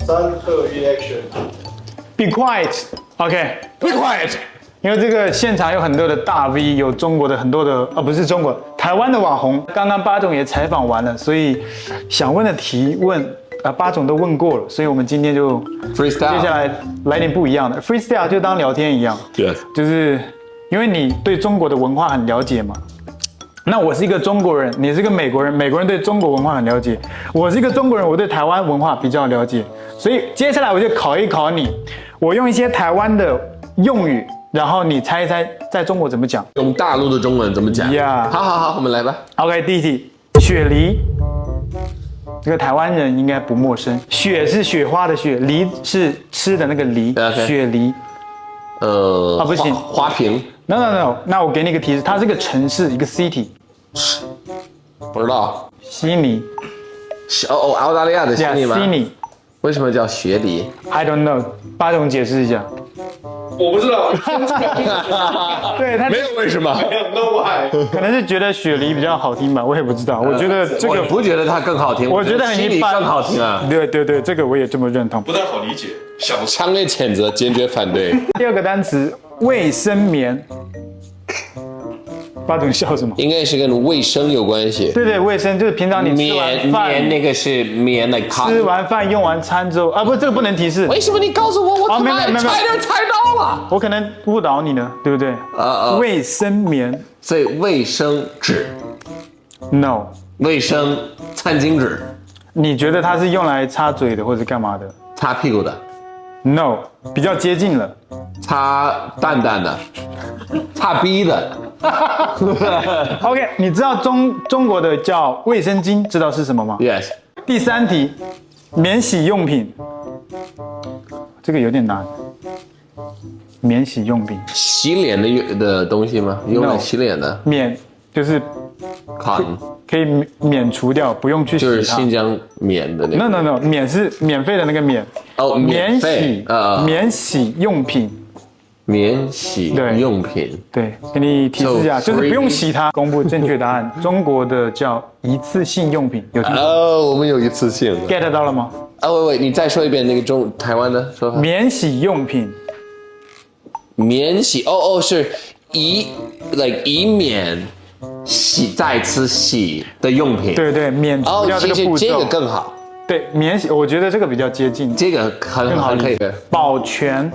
Be quiet. OK. Be quiet. 因为这个现场有很多的大 V， 有中国的很多的不是中国，台湾的网红。刚刚巴总也采访完了，所以想问的提问巴总都问过了，所以我们今天就 freestyle， 接下来来点不一样的 freestyle， 就当聊天一样。 对， 就是因为你对中国的文化很了解嘛。那我是一个中国人，你是个美国人，美国人对中国文化很了解。我是一个中国人，我对台湾文化比较了解。所以接下来我就考一考你，我用一些台湾的用语，然后你猜一猜在中国怎么讲。 用大陆的中文怎么讲？ 呀， 好，我们来吧。 OK， 第一题，雪梨，这个台湾人应该不陌生。雪是雪花的雪，梨是吃的那个梨， Okay. 雪梨。不行， 花瓶。 No， 那我给你一个提示，它是个城市，一个 city。 不知道。 悉尼。 澳大利亚的悉尼吗？ 悉尼。 为什么叫雪梨 ？I don't know， 巴总解释一下。 我不知道。 对他没有为什么， 没有 no why， 可能是觉得雪梨比较好听吧，我也不知道。我觉得这个我不觉得它更好听， 我觉得很一般， 更好听啊。 对，这个我也这么认同。 不太好理解。 强烈谴责，坚决反对。 第二个单词卫生棉。巴总笑什么？ 应该是跟卫生有关系。 对，卫生就是平常你吃完饭， 棉那个是棉的， 吃完饭用完餐之后不，这个不能提示。 为什么你告诉我，我他妈差点猜到了？ 我可能误导你呢，对不对？卫生棉， 所以卫生纸 ，no， 卫生餐巾纸， 你觉得它是用来擦嘴的，或者干嘛的？ 擦屁股的 ，no， 比较接近了。 擦蛋蛋的，擦逼的。 OK， 你知道中国的叫卫生巾，知道是什么吗 ？Yes。 第三题，免洗用品，这个有点难。免洗用品， 洗脸的东西吗？用来洗脸的？ 免就是可以免除掉，不用去洗它。 就是新疆棉的那个。 No， 免是免费的那个免。免洗免洗用品。 免洗用品， 对，给你提示一下，就是不用洗它。公布正确答案，中国的叫一次性用品，有听过？ 我们有一次性 get 到了吗？ 喂，你再说一遍那个台湾的说法。 免洗用品， 免洗是以免再次洗的用品。 对，免除掉这个步骤。 这个更好。 对，免洗，我觉得这个比较接近。 这个很好，可以。 保全。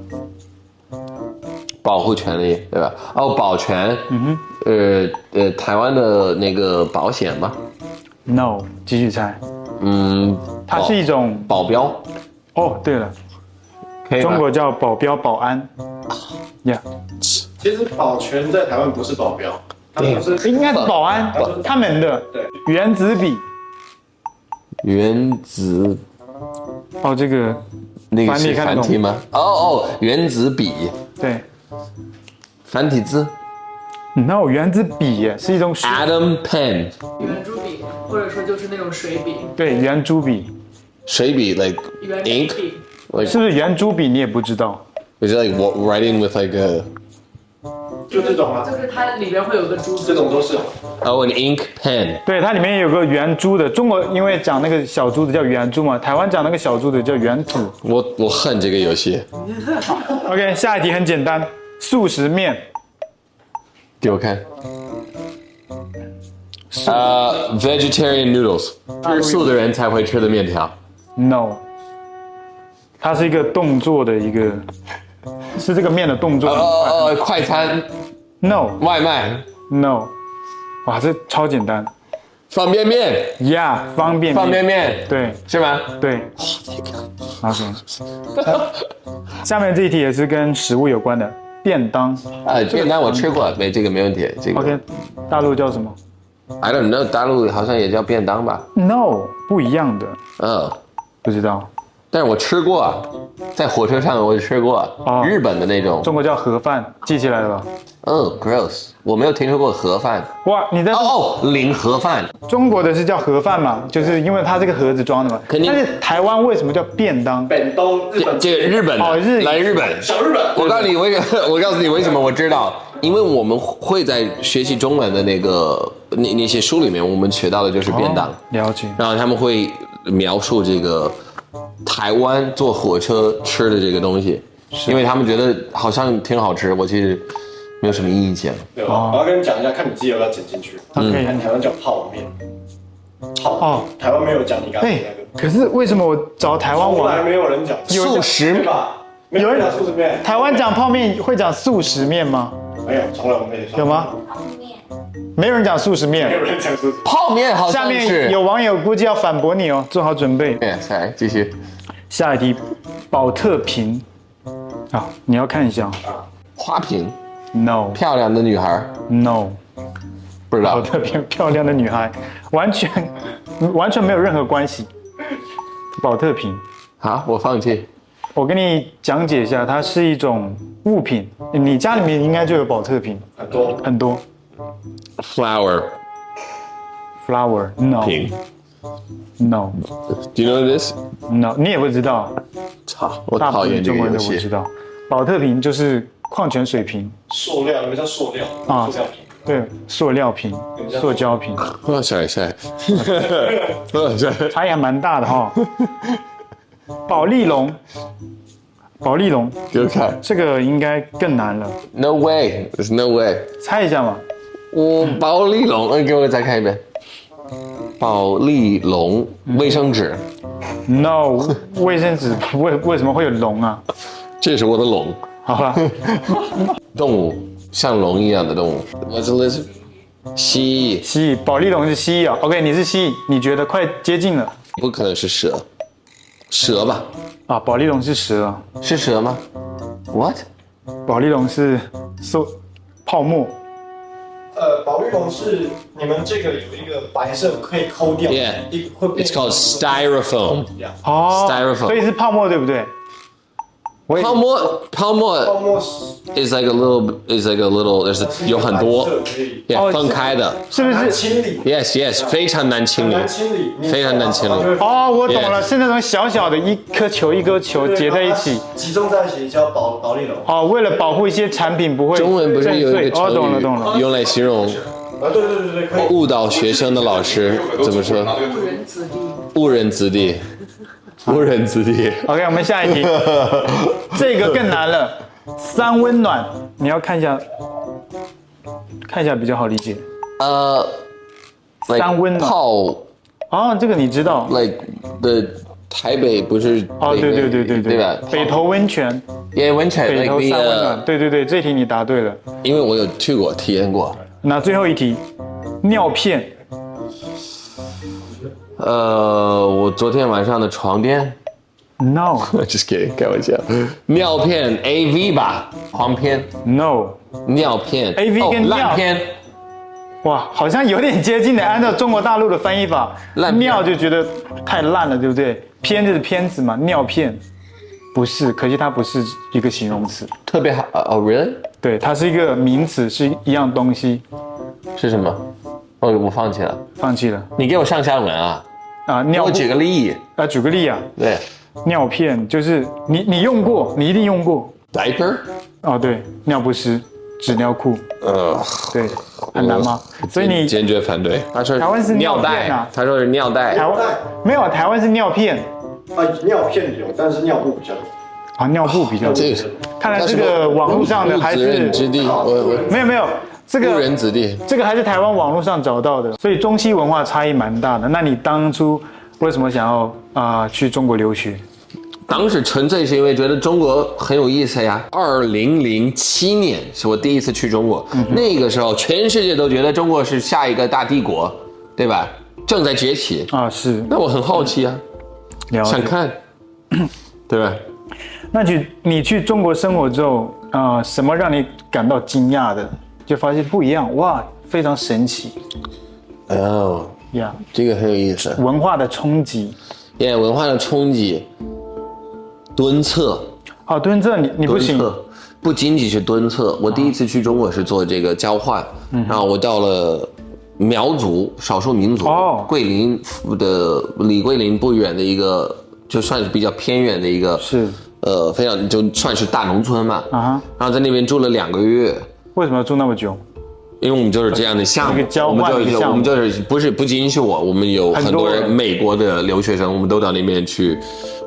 保护权利，对吧？保全，台湾的那个保险吗 ？No， 继续猜。它是一种保镖。 对了， 可以中国叫保镖、保安。呀， 其实保全在台湾不是保镖，他们是应该是保安，他们的。 对， 原子笔。 原子。 这个那个是繁体吗？原子笔。 对。 繁体字 ？No， 原子笔是一种水。 Atom pen。 圆珠笔，或者说就是那种水笔。 对，圆珠笔。 水笔 like ink， 是不是圆珠笔？你也不知道。 Is it like writing with like a？ 就这种啊， 就是它里边会有个珠子。 这种都是。 an ink pen。 对，它里面有个圆珠的。中国因为讲那个小珠子叫圆珠嘛，台湾讲那个小珠子叫圆子。 我恨这个游戏。 OK， 下一题很简单，速食面。 给我看。vegetarian noodles， 吃素的人才会吃的面条。 No， 它是一个动作的一个，是这个面的动作。 快餐。 No。 外卖。 No。哇，这超简单。 方便面。 Yeah， 方便面。对， 是吗？ 对。OK。下面这一题也是跟食物有关的，便当。 便当我吃过，这个没问题。这个。 OK， 大陆叫什么 ？I don't know， 大陆好像也叫便当吧 ？No， 不一样的。不知道。 但是我吃过，在火车上我吃过，日本的那种。 中国叫盒饭，记起来了吧 ？Gross， 我没有听说过盒饭。 哇，你在领盒饭。 中国的是叫盒饭嘛，就是因为它这个盒子装的嘛。 肯定。 但是台湾为什么叫便当？ 便当， 这个日本的。来日本。 小日本。 我告诉你为什么我知道，因为我们会在学习中文的那些书里面，我们学到的就是便当。 了解。 然后他们会描述这个。 台湾坐火车吃的这个东西，因为他们觉得好像挺好吃，我其实没有什么意见。 对吧？我要跟你讲一下，看你自己要不要剪进去。台湾叫泡面，台湾没有讲你刚才那个。 可是为什么我找台湾从来网没有人讲素食对吧？有人讲素食面， 台湾讲泡面会讲素食面吗？ 没有，从来我没有。 有吗？没有人讲素食面， 没有人讲素食。 泡面好下像是。 面有网友估计要反驳你哦，做好准备。 来继续。 下一题，宝特瓶啊，你要看一下花瓶， ，no 漂亮的女孩， no， 不知道。 宝特瓶漂亮的女孩，完全没有任何关系。宝特瓶， 好，我放弃。 我跟你讲解一下，它是一种物品，你家里面应该就有宝特瓶，很多。 Flower Flower no 瓶 no ，Do you know this？ no， 你也不知道， 操，我大部讨厌这分中国个游戏。 人都不知道。宝特瓶就是矿泉水瓶塑料，你们叫塑料啊塑料瓶。 对，塑料瓶、塑胶瓶， 哦，sorry， 差异还蛮大的哈。保丽龙， 给我看。 这个应该更难了， No way，there's no way。 猜一下嘛。 保丽龙，给我再看一遍。保丽龙卫生纸， No， 卫生纸为什么会有龙啊？ 这是我的龙。 好吧， 动物，像龙一样的动物。What's a lizard？蜥蜴， 蜥蜴，保丽龙是蜥蜴啊。OK， 你是蜥蜴，你觉得快接近了不可能是蛇。蛇吧？ 啊？保丽龙是蛇啊， 是蛇吗 ？What？ 保丽龙是泡沫。 保丽龙是你们这个有一个白色可以抠掉 Yeah， 会变 It's called styrofoam。 哦 Styrofoam 所以是泡沫对不对？ 泡沫泡沫 is like a little，there's 有很多，yeah，分开的， 是不是？ 难清理， yes，非常难清理难，清理， 非常难清理。 哦，我懂了， Yes 是那种小小的一颗球一颗球结在一起。 集中在一起叫保丽龙。 哦，为了保护一些产品不会中文不是有一个哦，懂了成懂了。 语用来形容对，可以。 误导学生的老师怎么说？ 误人子弟。 误人子弟，误人子弟。 OK， 我们下一题，这个更难了。三温暖，你要看一下比较好理解。三温暖泡哦，这个你知道。 like 的台北不是哦，对对吧？ 北投温泉， 也温泉北投 like 三温暖，对，这题你答对了。 因为我有去过体验过。 那最后一题，尿片。 我昨天晚上的床垫 No ，just kidding，开玩笑。尿片 AV 吧，黄片 No， 尿片 AV 跟尿烂片。 哇，好像有点接近的。按照中国大陆的翻译法， 烂片尿就觉得太烂了，对不对？片就是片子嘛，尿片不是，可惜它不是一个形容词， 特别好哦，really？ 对，它是一个名词，是一样东西。 是什么？哦，我放弃了。 放弃了你给我上下文啊！ 啊， 给我尿布举个例。 啊，举个例啊， 对尿片就是你用过，你一定用过。 ，diaper。 哦，对，尿不湿，纸尿裤，对，很难吗？所以你坚决反对。他说台湾是尿尿片啊袋，他说是尿袋台。湾没有，台湾是尿片尿片有，但是尿布比较多。 啊，尿布比较多。 这个看来这个网络上的还误人之是地，我没有，这误个人子弟。 这个还是台湾网络上找到的，所以中西文化差异蛮大的。那你当初为什么想要去中国留学？ 当时纯粹是因为觉得中国很有意思呀。2007年是我第一次去中国，那个时候全世界都觉得中国是下一个大帝国，对吧？正在崛起。 啊，是那我很好奇啊， 了解。 想看，对吧？ 那你去中国生活之后，什么让你感到惊讶的？就发现不一样，哇，非常神奇哦， 呀， 这个很有意思。 文化的冲击。 文化的冲击，蹲厕。 好，蹲这你不行蹲厕不仅仅是蹲厕，我第一次去中国是做这个交换，然后我到了苗族少数民族，桂林的离桂林不远的一个，就算是比较偏远的一个， 是非常就算是大农村嘛， 啊， 然后在那边住了2个月。 为什么要住那么久？ 因为我们就是这样的项目， 一个交换的项目我们就是不仅仅是我们有很多很多人美国的留学生，我们都到那边去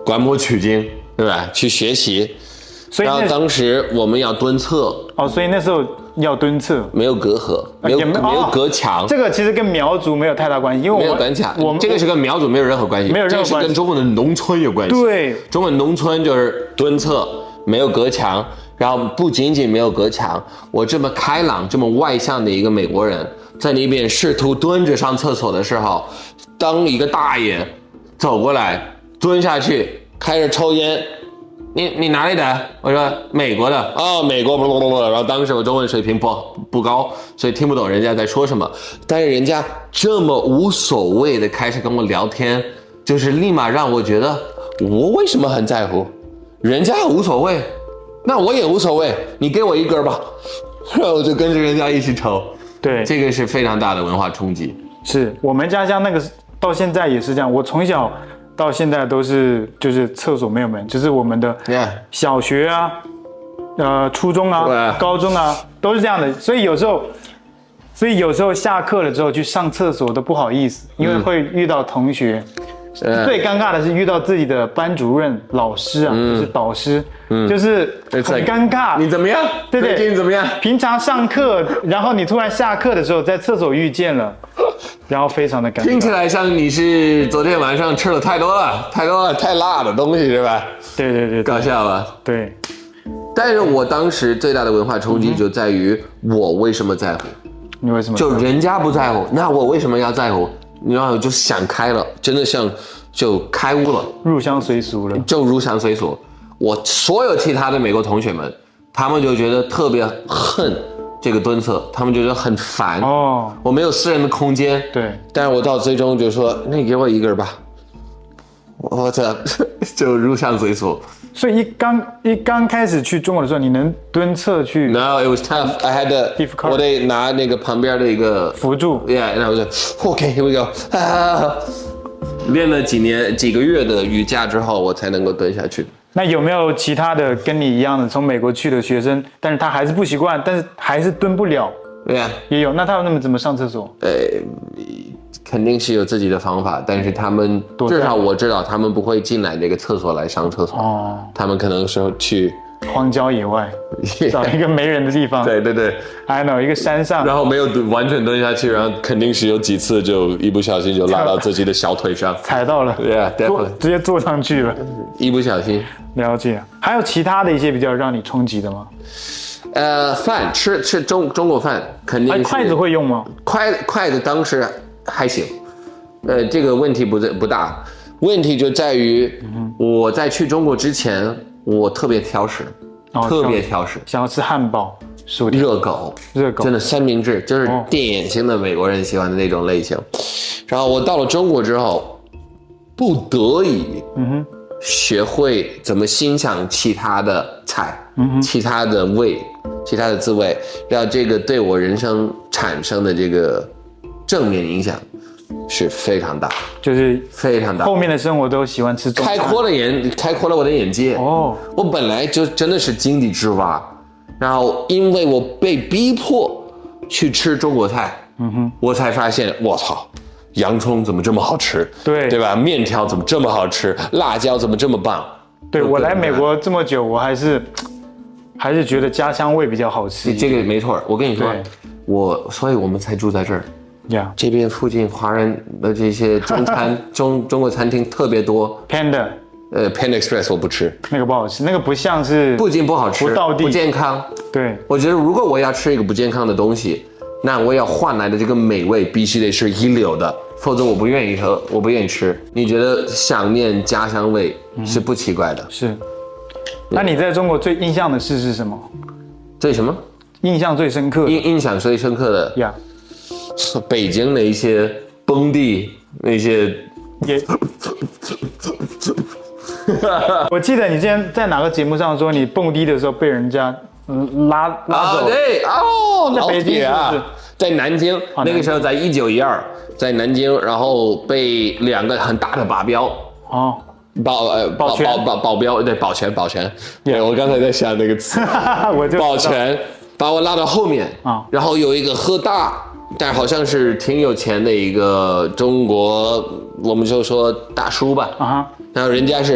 观摩取经，对吧？去学习。 所以然后当时我们要蹲厕。 所以那时候要蹲厕， 没有隔阂，没有隔墙。 这个其实跟苗族没有太大关系，因为没有关系。我们这个是跟苗族没有任何关系， 没有任何关系， 这是跟中国的农村有关系。 对， 中国农村就是蹲厕，没有隔墙。然后不仅仅没有隔墙，我这么开朗、这么外向的一个美国人，在那边试图蹲着上厕所的时候，当一个大爷走过来，蹲下去，开始抽烟。你哪里的？我说美国的。美国。然后当时我中文水平不高，所以听不懂人家在说什么。但是人家这么无所谓的开始跟我聊天，就是立马让我觉得我为什么很在乎，人家无所谓，那我也无所谓，你给我一根吧。然后我就跟着人家一起抽。 对， 这个是非常大的文化冲击。 是我们家乡那个到现在也是这样，我从小到现在都是就是厕所没有门，就是我们的小学啊、初中啊、高中啊都是这样的，所以有时候下课了之后去上厕所都不好意思，因为会遇到同学。最尴尬的是遇到自己的班主任、老师啊，就是导师，就是很尴尬。 你怎么样？ 对对， 最近怎么样？ 平常上课，然后你突然下课的时候在厕所遇见了，然后非常的尴尬。 听起来像你是昨天晚上吃了太多了，太辣的东西是吧？ 对， 搞笑吧？ 对。 但是我当时最大的文化冲击就在于我为什么在乎？ 你为什么？ 就人家不在乎，那我为什么要在乎？然后就想开了，真的像就开悟了， 入乡随俗了， 就入乡随俗。我所有其他的美国同学们，他们就觉得特别恨这个蹲厕，他们觉得很烦我没有私人的空间。 对， 但是我到最终就说，那你给我一根吧，我这就入乡随俗。 所以一刚开始去中国的时候，你能蹲厕去 ？No, it was tough. I had to. 我得拿那个旁边的一个扶住。 Yeah, 然后我就 OK, here we go. 练了几个月的瑜伽之后，我才能够蹲下去。 那有没有其他的跟你一样的从美国去的学生，但是他还是不习惯，但是还是蹲不了？ 对呀， 也有。那他们怎么上厕所？ 肯定是有自己的方法，但是他们至少我知道他们不会进来这个厕所来上厕所。他们可能是去荒郊野外找一个没人的地方。 对 I know， 一个山上， 然后没有完全蹲下去，然后肯定是有几次就一不小心就拉到自己的小腿上， 踩到了，直接坐上去了， 一不小心。 了解。还有其他的一些比较让你冲击的吗？ 饭吃中国饭肯定是。 筷子会用吗？ 筷子当时还行，这个问题不大，问题就在于我在去中国之前，我特别挑食，特别挑食， 想要吃汉堡、薯条、 热狗，真的三明治，就是典型的美国人喜欢的那种类型。然后我到了中国之后，不得已，学会怎么欣赏其他的菜，其他的味，其他的滋味，然后这个对我人生产生的这个正面影响是非常大， 就是非常大。 后面的生活都喜欢吃中餐， 开阔了我的眼界。我本来就真的是井底之蛙，然后因为我被逼迫去吃中国菜，我才发现我操，洋葱怎么这么好吃？对吧？面条怎么这么好吃？辣椒怎么这么棒？ 对，我来美国这么久，我还是觉得家乡味比较好吃。 这个没错，我跟你说，所以我们才住在这儿。这边附近华人的这些中餐中国餐厅特别多。 Panda Express 我不吃， 那个不好吃，那个不像是， 不仅不好吃，不健康。 对， 我觉得如果我要吃一个不健康的东西，那我要换来的这个美味必须得是一流的，否则我不愿意吃。你觉得想念家乡味是不奇怪的。 是。那你在中国最印象的事是什么？ 最什么？ 印象最深刻的。 印象最深刻的呀。 北京的一些蹦迪，那些也，我记得你之前在哪个节目上说你蹦迪的时候被人家拉走。 对在北京啊，在南京，那个时候在1912，在南京，然后被2个很大的保镖保镖，对，保全，对，我刚才在想那个词，保全把我拉到后面然后有一个喝大。但好像是挺有钱的一个中国，我们就说大叔吧，然后人家是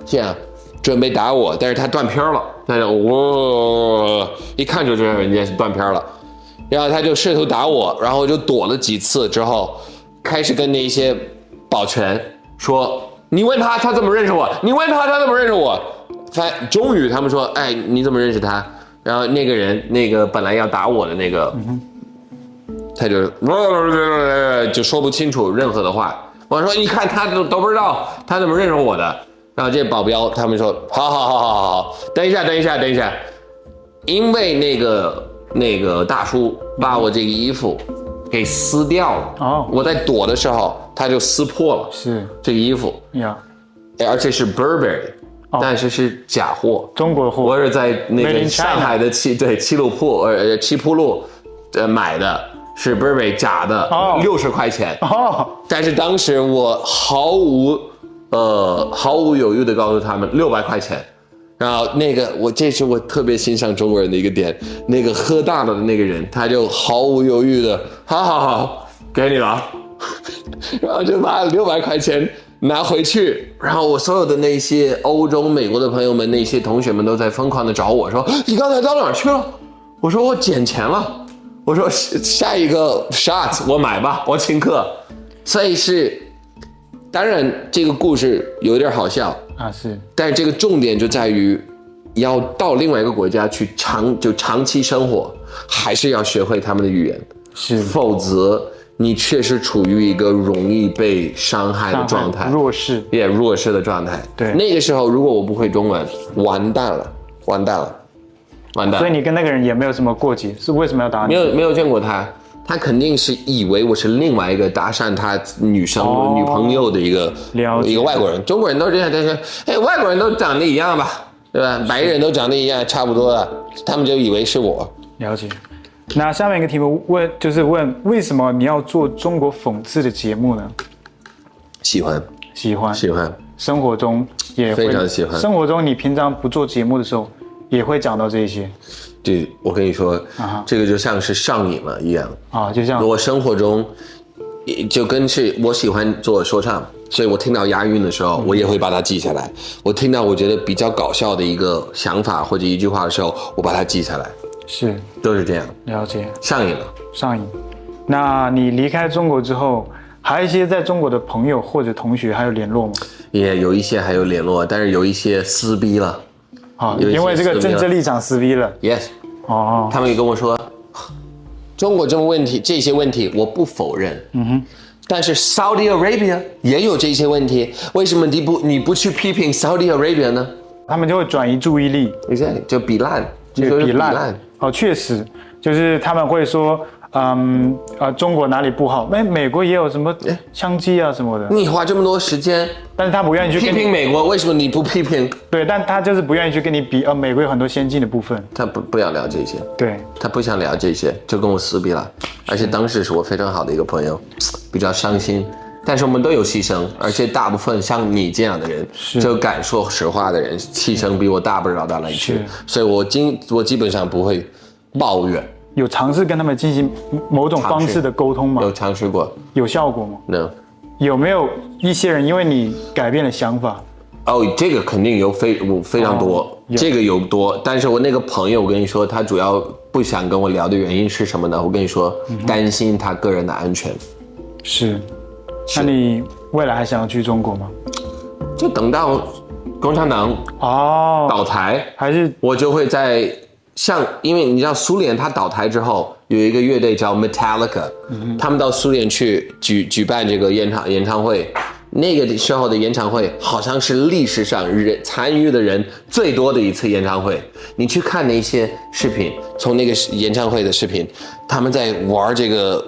这样准备打我，但是他断片了，他就一看就知道人家是断片了，然后他就试图打我，然后就躲了几次之后，开始跟那些保全说，你问他怎么认识我，你问他怎么认识我，终于他们说，哎，你怎么认识他？然后那个人，那个本来要打我的那个，他就说不清楚任何的话。我说，你看他都不知道他怎么认识我的。然后这保镖他们说，好，等一下，因为那个大叔把我这个衣服给撕掉了。我在躲的时候，他就撕破了， 是这个衣服呀，而且是 Burberry。但是假货， 中国货。 我是在那个上海的七浦路买的，是 Burberry 假的，60块钱。但是当时我毫无犹豫的告诉他们600块钱。然后这是我特别欣赏中国人的一个点，那个喝大了的那个人，他就毫无犹豫的，好，给你了，然后就把600块钱拿回去，然后我所有的那些欧洲、美国的朋友们，那些同学们都在疯狂的找我说：“你刚才到哪儿去了？”我说：“我捡钱了。”我说：“下一个 shot 我买吧，我请客。”所以当然这个故事有点好笑啊，是， 但是这个重点就在于要到另外一个国家去长期生活，还是要学会他们的语言， 是， 否则你确实处于一个容易被伤害的状态，弱势的状态。 对， 那个时候如果我不会中文，完蛋了。 所以你跟那个人也没有什么过节，是为什么要打你？ 没有见过他，他肯定是以为我是另外一个搭讪他女朋友的一个外国人。中国人都这样，但是外国人都长得一样吧，对吧？白人都长得一样，差不多了，他们就以为是我。 了解。那下面一个题目问为什么你要做中国讽刺的节目呢？喜欢，生活中也会非常喜欢。生活中你平常不做节目的时候，也会讲到这些。 对，我跟你说，这个就像是上瘾了一样啊，就像我生活中，就跟是我喜欢做说唱，所以我听到押韵的时候，我也会把它记下来。我听到我觉得比较搞笑的一个想法或者一句话的时候，我把它记下来。 是， 都是这样。 了解， 上瘾了。 那你离开中国之后，还有一些在中国的朋友或者同学还有联络吗？ 也有一些还有联络，但是有一些撕逼了。 因为这个政治立场撕逼了。 Yes。他们也跟我说，中国这些问题我不否认。但是 Saudi Arabia 也有这些问题，为什么你不去批评 Saudi Arabia 呢？ 他们就会转移注意力。 Exactly， 就比烂。 确实，就是他们会说，中国哪里不好？美国也有什么枪击啊什么的。 你花这么多时间， 但是他不愿意去批评美国，为什么你不批评？ 对，但他就是不愿意去跟你比。美国有很多先进的部分， 他不要聊这些。 对， 他不想聊这些，就跟我撕逼了。而且当时是我非常好的一个朋友，比较伤心。但是我们都有牺牲，而且大部分像你这样的人，就敢说实话的人，牺牲比我大不了到哪里去。所以我基本上不会抱怨。 有尝试跟他们进行某种方式的沟通吗？ 有尝试过。 有效果吗？ No。 有没有一些人因为你改变了想法？ 这个肯定有非常多，这个有多。但是我那个朋友，我跟你说，他主要不想跟我聊的原因是什么呢？我跟你说，担心他个人的安全。 是。那你未来还想要去中国吗？ 就等到共产党倒台， 还是我就会因为你知道苏联它倒台之后，有一个乐队叫 Metallica，他们到苏联去举办这个演唱会，那个时候的演唱会好像是历史上参与的人最多的一次演唱会。你去看那些视频，从那个演唱会的视频，他们在玩这个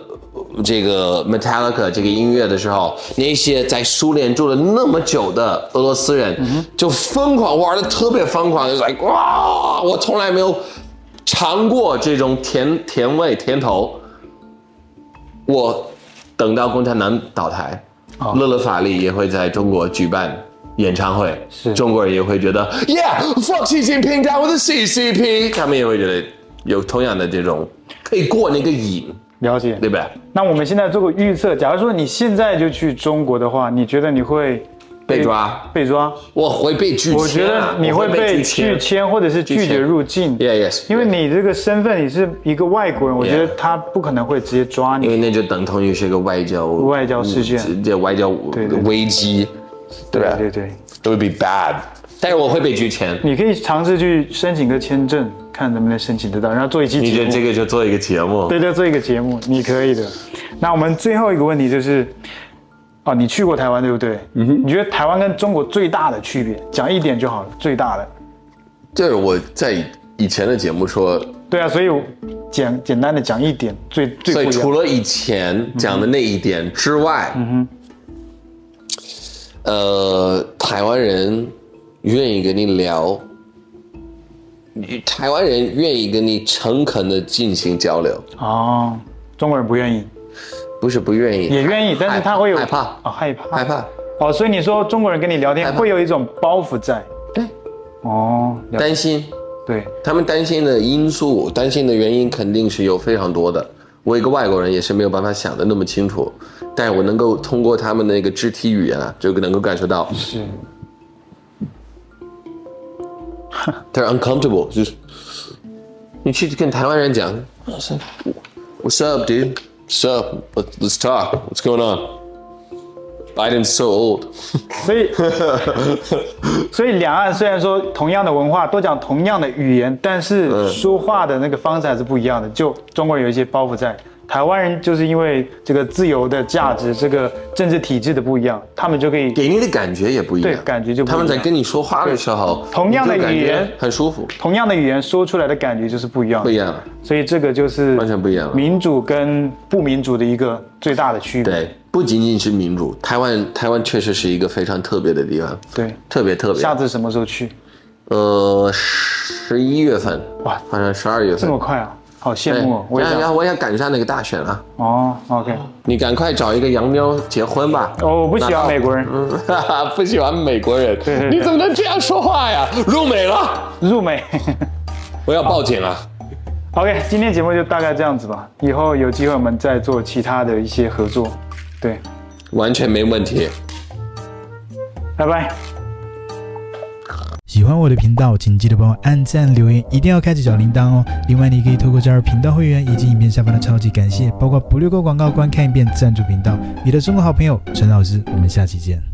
Metallica 这个音乐的时候，那些在苏联住了那么久的俄罗斯人就疯狂玩的特别疯狂，就哇，我从来没有尝过这种甜头。我等到共产党倒台，勒勒法利也会在中国举办演唱会，中国人也会觉得 fuck 习近平down with the CCP， 他们也会觉得有同样的这种可以过那个瘾。 了解， 对吧？ 那我们现在做个预测，假如说你现在就去中国的话，你觉得你会被抓，我会被拒签。 我觉得你会被拒签，或者是拒绝入境。 Yes， 因为你这个身份你是一个外国人，我觉得他不可能会直接抓你， 因为那就等同于是一个外交事件，这外交危机，对吧？ 对。 It would be bad。但是我会被拒签。 你可以尝试去申请个签证，看能不能申请得到，然后做一期节目。 你觉得这个就做一个节目？ 对，做一个节目，你可以的。那我们最后一个问题就是。你去过台湾对不对？你觉得台湾跟中国最大的区别，讲一点就好了，最大的。 这是我在以前的节目说。 对啊，所以我简单的讲一点，最不一样。 所以除了以前讲的那一点之外，台湾人愿意跟你聊，台湾人愿意跟你诚恳的进行交流。 中国人不愿意。 不是不愿意， 也愿意，但是他会有害怕害怕。所以你说中国人跟你聊天会有一种包袱在， 对，担心， 对， 他们担心的因素、担心的原因肯定是有非常多的。我一个外国人也是没有办法想的那么清楚，但是我能够通过他们的那个肢体语言就能够感受到， 是 ，they're uncomfortable， 就是你去跟台湾人讲 ，What's up, dude？What's up? Let's talk. What's going on? Biden's so old. 所以两岸虽然说同样的文化，都讲同样的语言，但是说话的那个方式还是不一样的。就中国人有一些包袱在，台湾人就是因为这个自由的价值，这个政治体制的不一样，他们就可以给你的感觉也不一样。 对，感觉就不一样。 他们在跟你说话的时候， 同样的语言很舒服， 同样的语言说出来的感觉就是不一样， 不一样。 所以这个就是完全不一样， 民主跟不民主的一个最大的区别。 对，不仅仅是民主，台湾确实是一个非常特别的地方。 对， 特别。 下次什么时候去 ？11月份。哇，好像12月份。 这么快啊！好羡慕哦！ 我要赶上那个大选了。 OK。 你赶快找一个洋妞结婚吧。 我不喜欢美国人。 不喜欢美国人。对。你怎么能这样说话呀？入美了。 入美。 我要报警了。 OK， 今天节目就大概这样子吧。以后有机会我们再做其他的一些合作。对。 完全没问题。 拜拜。 喜欢我的频道，请记得帮我按赞、留言，一定要开启小铃铛哦。另外，你可以透过加入频道会员以及影片下方的超级感谢，包括不略过广告、观看一遍赞助频道。你的中国好朋友陈老师，我们下期见。